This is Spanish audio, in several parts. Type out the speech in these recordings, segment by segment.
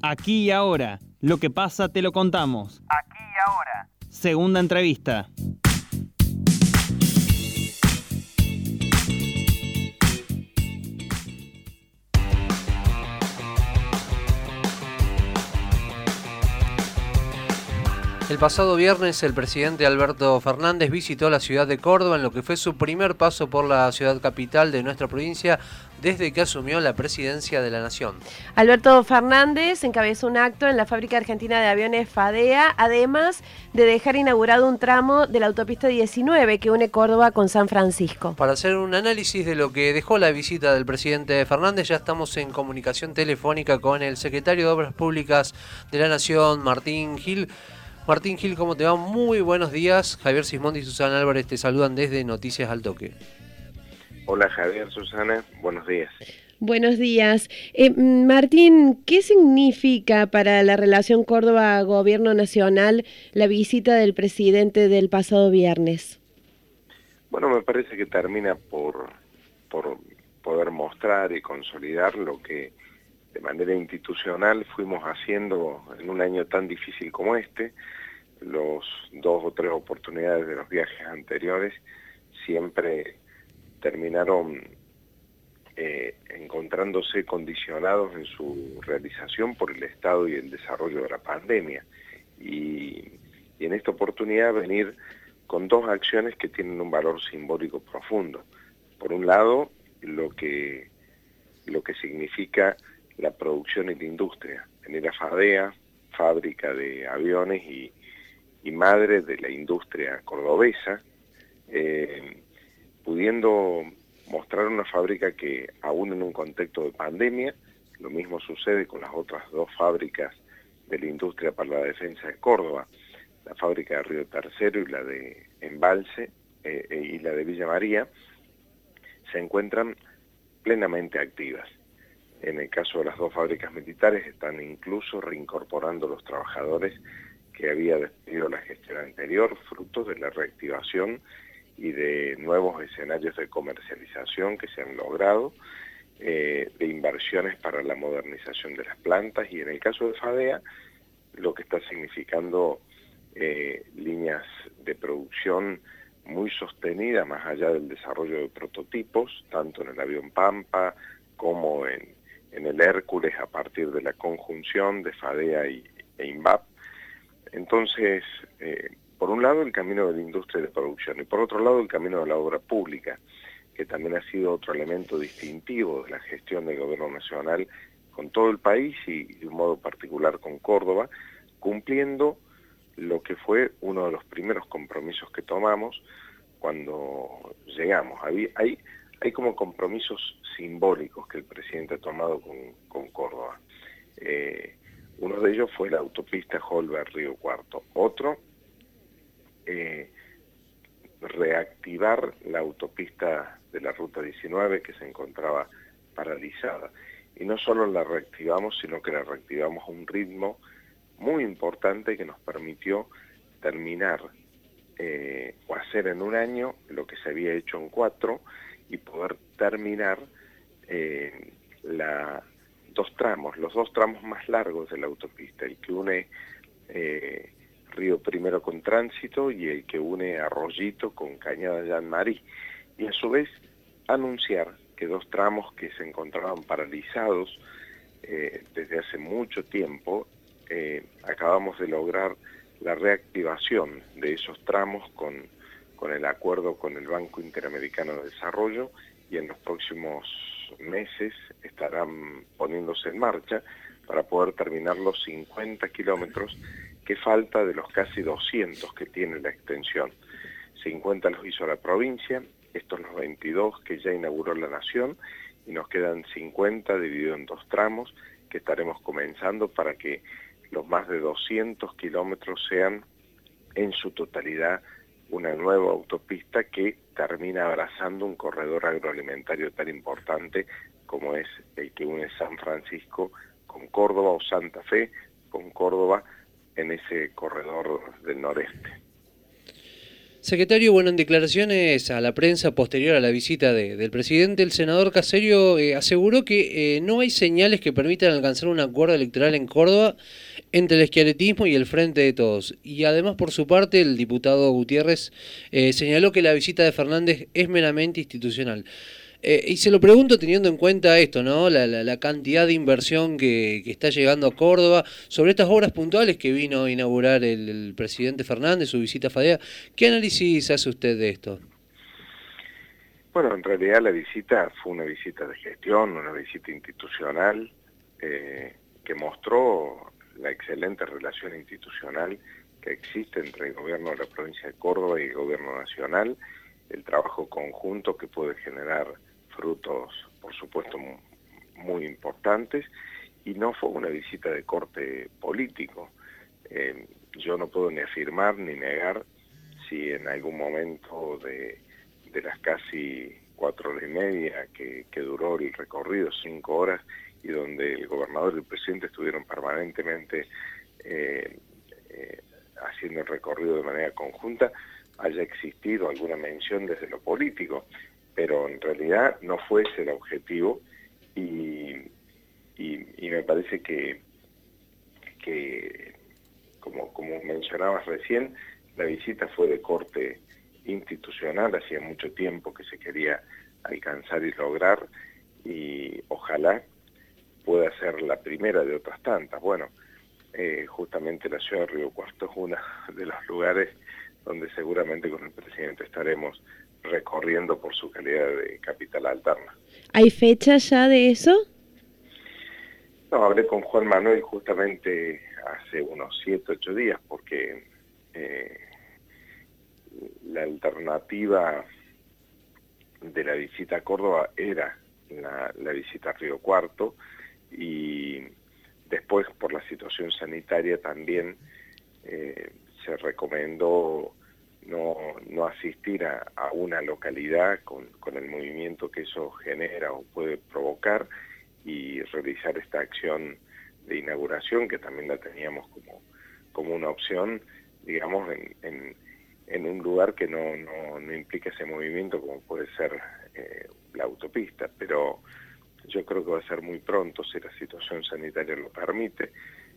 Aquí y ahora. Lo que pasa te lo contamos. Aquí y ahora. Segunda entrevista. El pasado viernes el presidente Alberto Fernández visitó la ciudad de Córdoba en lo que fue su primer paso por la ciudad capital de nuestra provincia desde que asumió la presidencia de la Nación. Alberto Fernández encabezó un acto en la fábrica argentina de aviones FADEA, además de dejar inaugurado un tramo de la autopista 19 que une Córdoba con San Francisco. Para hacer un análisis de lo que dejó la visita del presidente Fernández, ya estamos en comunicación telefónica con el secretario de Obras Públicas de la Nación, Martín Gil. Martín Gil, ¿cómo te va? Muy buenos días. Javier Sismondi y Susana Álvarez te saludan desde Noticias al Toque. Hola Javier, Susana, buenos días. Buenos días. Martín, ¿qué significa para la relación Córdoba-Gobierno Nacional la visita del presidente del pasado viernes? Bueno, me parece que termina por poder mostrar y consolidar lo que de manera institucional fuimos haciendo en un año tan difícil como este. Los 2 o 3 oportunidades de los viajes anteriores siempre terminaron encontrándose condicionados en su realización por el estado y el desarrollo de la pandemia. Y en esta oportunidad venir con 2 acciones que tienen un valor simbólico profundo. Por un lado, lo que significa la producción y la industria. Venir a FADEA, fábrica de aviones y madre de la industria cordobesa, pudiendo mostrar una fábrica que aún en un contexto de pandemia, lo mismo sucede con las otras 2 fábricas de la industria para la defensa de Córdoba, la fábrica de Río Tercero y la de Embalse y la de Villa María, se encuentran plenamente activas. En el caso de las 2 fábricas militares están incluso reincorporando los trabajadores que había despedido la gestión anterior, fruto de la reactivación y de nuevos escenarios de comercialización que se han logrado, de inversiones para la modernización de las plantas, y en el caso de FADEA, lo que está significando líneas de producción muy sostenidas más allá del desarrollo de prototipos, tanto en el avión Pampa como en el Hércules a partir de la conjunción de FADEA e INVAP. Entonces, por un lado el camino de la industria de producción y por otro lado el camino de la obra pública, que también ha sido otro elemento distintivo de la gestión del Gobierno Nacional con todo el país y de un modo particular con Córdoba, cumpliendo lo que fue uno de los primeros compromisos que tomamos cuando llegamos. Hay como compromisos simbólicos que el presidente ha tomado con Córdoba. Uno de ellos fue la autopista Holber-Río Cuarto. Otro, reactivar la autopista de la Ruta 19 que se encontraba paralizada. Y no solo la reactivamos, sino que la reactivamos a un ritmo muy importante que nos permitió terminar o hacer en un año lo que se había hecho en 4 y poder terminar los dos tramos más largos de la autopista, el que une Río Primero con Tránsito y el que une Arroyito con Cañada Jean-Marie, y a su vez anunciar que 2 tramos que se encontraban paralizados desde hace mucho tiempo, acabamos de lograr la reactivación de esos tramos con el acuerdo con el Banco Interamericano de Desarrollo, y en los próximos meses estarán poniéndose en marcha para poder terminar los 50 kilómetros que falta de los casi 200 que tiene la extensión. 50 los hizo la provincia, estos los 22 que ya inauguró la Nación, y nos quedan 50 divididos en 2 tramos que estaremos comenzando para que los más de 200 kilómetros sean en su totalidad una nueva autopista que termina abrazando un corredor agroalimentario tan importante como es el que une San Francisco con Córdoba o Santa Fe con Córdoba en ese corredor del noreste. Secretario, bueno, en declaraciones a la prensa posterior a la visita del presidente, el senador Caserio aseguró que no hay señales que permitan alcanzar un acuerdo electoral en Córdoba entre el schiarettismo y el Frente de Todos. Y además, por su parte, el diputado Gutiérrez señaló que la visita de Fernández es meramente institucional. Y se lo pregunto teniendo en cuenta esto, ¿no? La cantidad de inversión que está llegando a Córdoba, sobre estas obras puntuales que vino a inaugurar el presidente Fernández, su visita a Fadea. ¿Qué análisis hace usted de esto? Bueno, en realidad la visita fue una visita de gestión, una visita institucional, que mostró la excelente relación institucional que existe entre el gobierno de la provincia de Córdoba y el gobierno nacional, el trabajo conjunto que puede generar frutos, por supuesto, muy importantes, y no fue una visita de corte político. Yo no puedo ni afirmar ni negar si en algún momento de las casi 4 horas y media que duró el recorrido, 5 horas, y donde el gobernador y el presidente estuvieron permanentemente haciendo el recorrido de manera conjunta, haya existido alguna mención desde lo político, pero en realidad no fue ese el objetivo, y me parece que como mencionabas recién, la visita fue de corte institucional, hacía mucho tiempo que se quería alcanzar y lograr, y ojalá pueda ser la primera de otras tantas. Bueno, justamente la ciudad de Río Cuarto es uno de los lugares donde seguramente con el presidente estaremos recorriendo por su calidad de capital alterna. ¿Hay fecha ya de eso? No, hablé con Juan Manuel justamente hace unos 7, 8 días, porque la alternativa de la visita a Córdoba era la visita a Río Cuarto, y después por la situación sanitaria también se recomendó no asistir a una localidad con el movimiento que eso genera o puede provocar, y realizar esta acción de inauguración, que también la teníamos como una opción, digamos, en un lugar que no implica ese movimiento, como puede ser la autopista. Pero yo creo que va a ser muy pronto, si la situación sanitaria lo permite.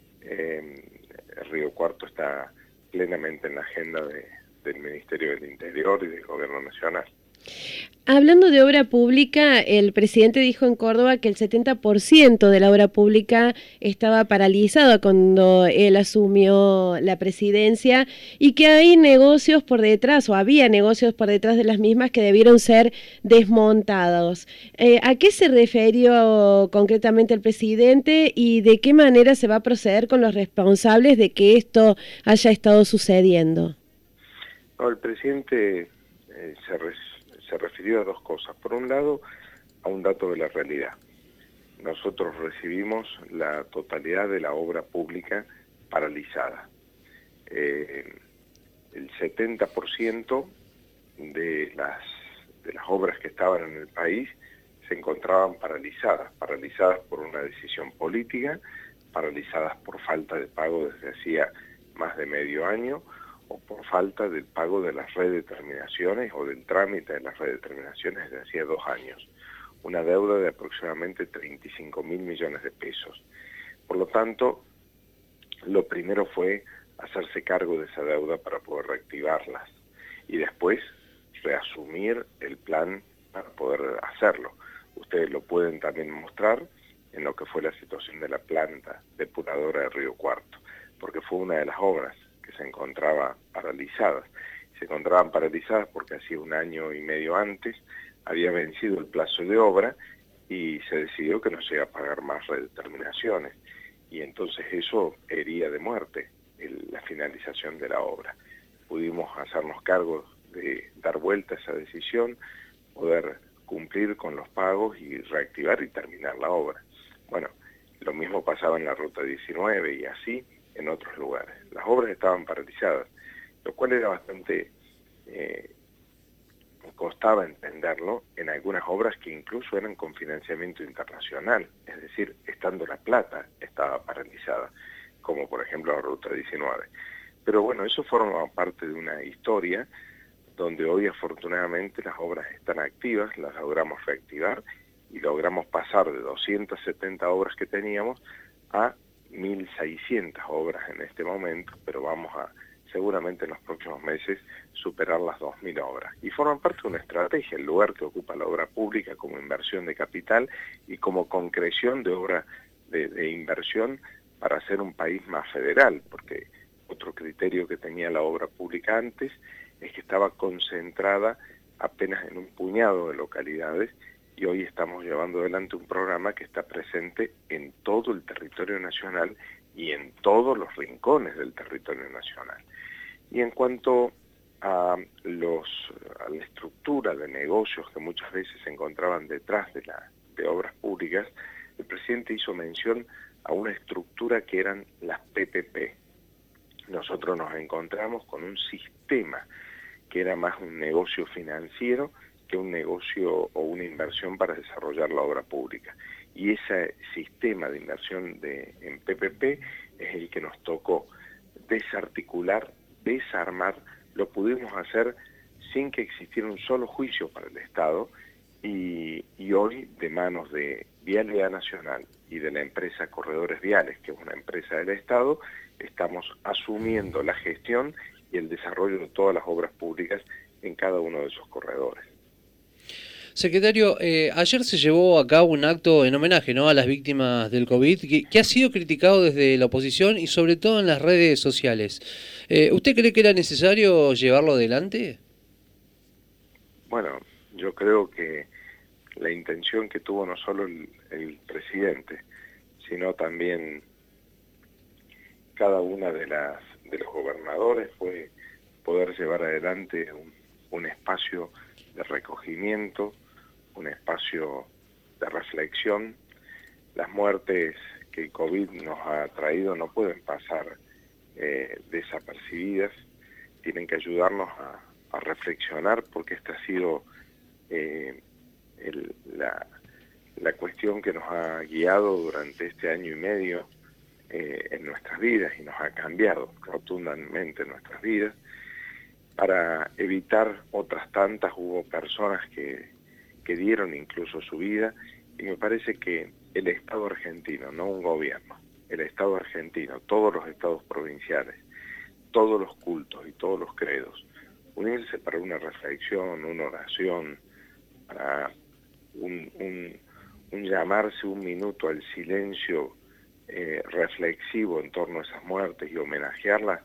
Río Cuarto está plenamente en la agenda del Ministerio del Interior y del Gobierno Nacional. Hablando de obra pública, el presidente dijo en Córdoba que el 70% de la obra pública estaba paralizada cuando él asumió la presidencia, y que hay negocios por detrás, o había negocios por detrás de las mismas que debieron ser desmontados. ¿A qué se refirió concretamente el presidente y de qué manera se va a proceder con los responsables de que esto haya estado sucediendo? No, el presidente se refirió a dos cosas. Por un lado, a un dato de la realidad. Nosotros recibimos la totalidad de la obra pública paralizada. El 70% de las obras que estaban en el país se encontraban paralizadas por una decisión política, paralizadas por falta de pago desde hacía más de medio año, o por falta del pago de las redeterminaciones o del trámite de las redeterminaciones desde hacía 2 años. Una deuda de aproximadamente 35.000 millones de pesos. Por lo tanto, lo primero fue hacerse cargo de esa deuda para poder reactivarlas, y después reasumir el plan para poder hacerlo. Ustedes lo pueden también mostrar en lo que fue la situación de la planta depuradora de Río Cuarto, porque fue una de las obras que se encontraba paralizadas. Se encontraban paralizadas porque hacía 1 año y medio antes había vencido el plazo de obra y se decidió que no se iba a pagar más redeterminaciones, y entonces eso hería de muerte la finalización de la obra. Pudimos hacernos cargo de dar vuelta a esa decisión, poder cumplir con los pagos y reactivar y terminar la obra. Bueno, lo mismo pasaba en la Ruta 19 y así en otros lugares. Las obras estaban paralizadas, lo cual era bastante, costaba entenderlo en algunas obras que incluso eran con financiamiento internacional, es decir, estando La Plata estaba paralizada, como por ejemplo la Ruta 19. Pero bueno, eso forma parte de una historia donde hoy afortunadamente las obras están activas, las logramos reactivar y logramos pasar de 270 obras que teníamos a 1.600 obras en este momento, pero vamos a seguramente en los próximos meses superar las 2.000 obras. Y forman parte de una estrategia, el lugar que ocupa la obra pública como inversión de capital y como concreción de obra de inversión para hacer un país más federal, porque otro criterio que tenía la obra pública antes es que estaba concentrada apenas en un puñado de localidades y hoy estamos llevando adelante un programa que está presente en todo el territorio nacional y en todos los rincones del territorio nacional. Y en cuanto a la estructura de negocios que muchas veces se encontraban detrás de obras públicas, el presidente hizo mención a una estructura que eran las PPP. Nosotros nos encontramos con un sistema que era más un negocio financiero que un negocio o una inversión para desarrollar la obra pública. Y ese sistema de inversión en PPP es el que nos tocó desarticular, desarmar. Lo pudimos hacer sin que existiera un solo juicio para el Estado y hoy de manos de Vialidad Nacional y de la empresa Corredores Viales, que es una empresa del Estado, estamos asumiendo la gestión y el desarrollo de todas las obras públicas en cada uno de esos corredores. Secretario, ayer se llevó a cabo un acto en homenaje, ¿no?, a las víctimas del COVID, que ha sido criticado desde la oposición y sobre todo en las redes sociales. ¿Usted cree que era necesario llevarlo adelante? Bueno, yo creo que la intención que tuvo no solo el presidente, sino también cada una de los gobernadores fue poder llevar adelante un espacio de recogimiento, un espacio de reflexión. Las muertes que el COVID nos ha traído no pueden pasar desapercibidas, tienen que ayudarnos a reflexionar, porque esta ha sido la cuestión que nos ha guiado durante este año y medio en nuestras vidas y nos ha cambiado rotundamente nuestras vidas. Para evitar otras tantas hubo personas que dieron incluso su vida, y me parece que el Estado argentino, no un gobierno, el Estado argentino, todos los estados provinciales, todos los cultos y todos los credos, unirse para una reflexión, una oración, para un llamarse un minuto al silencio reflexivo en torno a esas muertes y homenajearlas,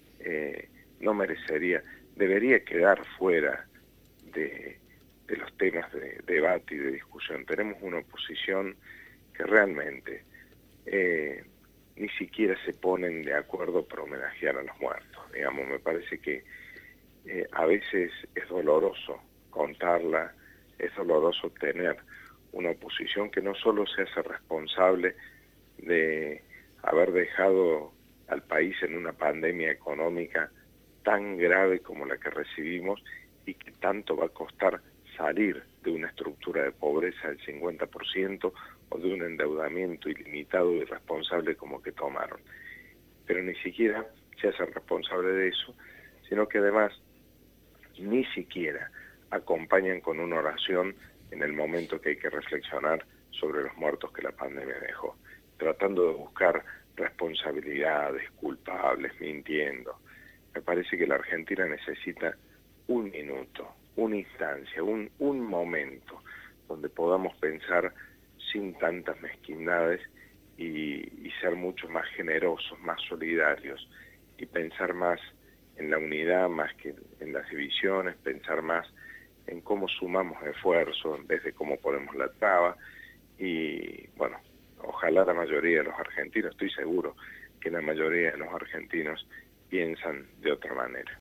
no merecería, debería quedar fuera de los temas de debate y de discusión. Tenemos una oposición que realmente ni siquiera se ponen de acuerdo para homenajear a los muertos. Digamos, me parece que a veces es doloroso contarla, es doloroso tener una oposición que no solo se hace responsable de haber dejado al país en una pandemia económica tan grave como la que recibimos y que tanto va a costar salir de una estructura de pobreza del 50% o de un endeudamiento ilimitado y irresponsable como que tomaron. Pero ni siquiera se hacen responsable de eso, sino que además ni siquiera acompañan con una oración en el momento que hay que reflexionar sobre los muertos que la pandemia dejó, tratando de buscar responsabilidades, culpables, mintiendo. Me parece que la Argentina necesita un minuto, una instancia, un momento donde podamos pensar sin tantas mezquindades y ser mucho más generosos, más solidarios y pensar más en la unidad más que en las divisiones, pensar más en cómo sumamos esfuerzo en vez de cómo ponemos la traba. Y bueno, ojalá la mayoría de los argentinos, estoy seguro que la mayoría de los argentinos piensan de otra manera.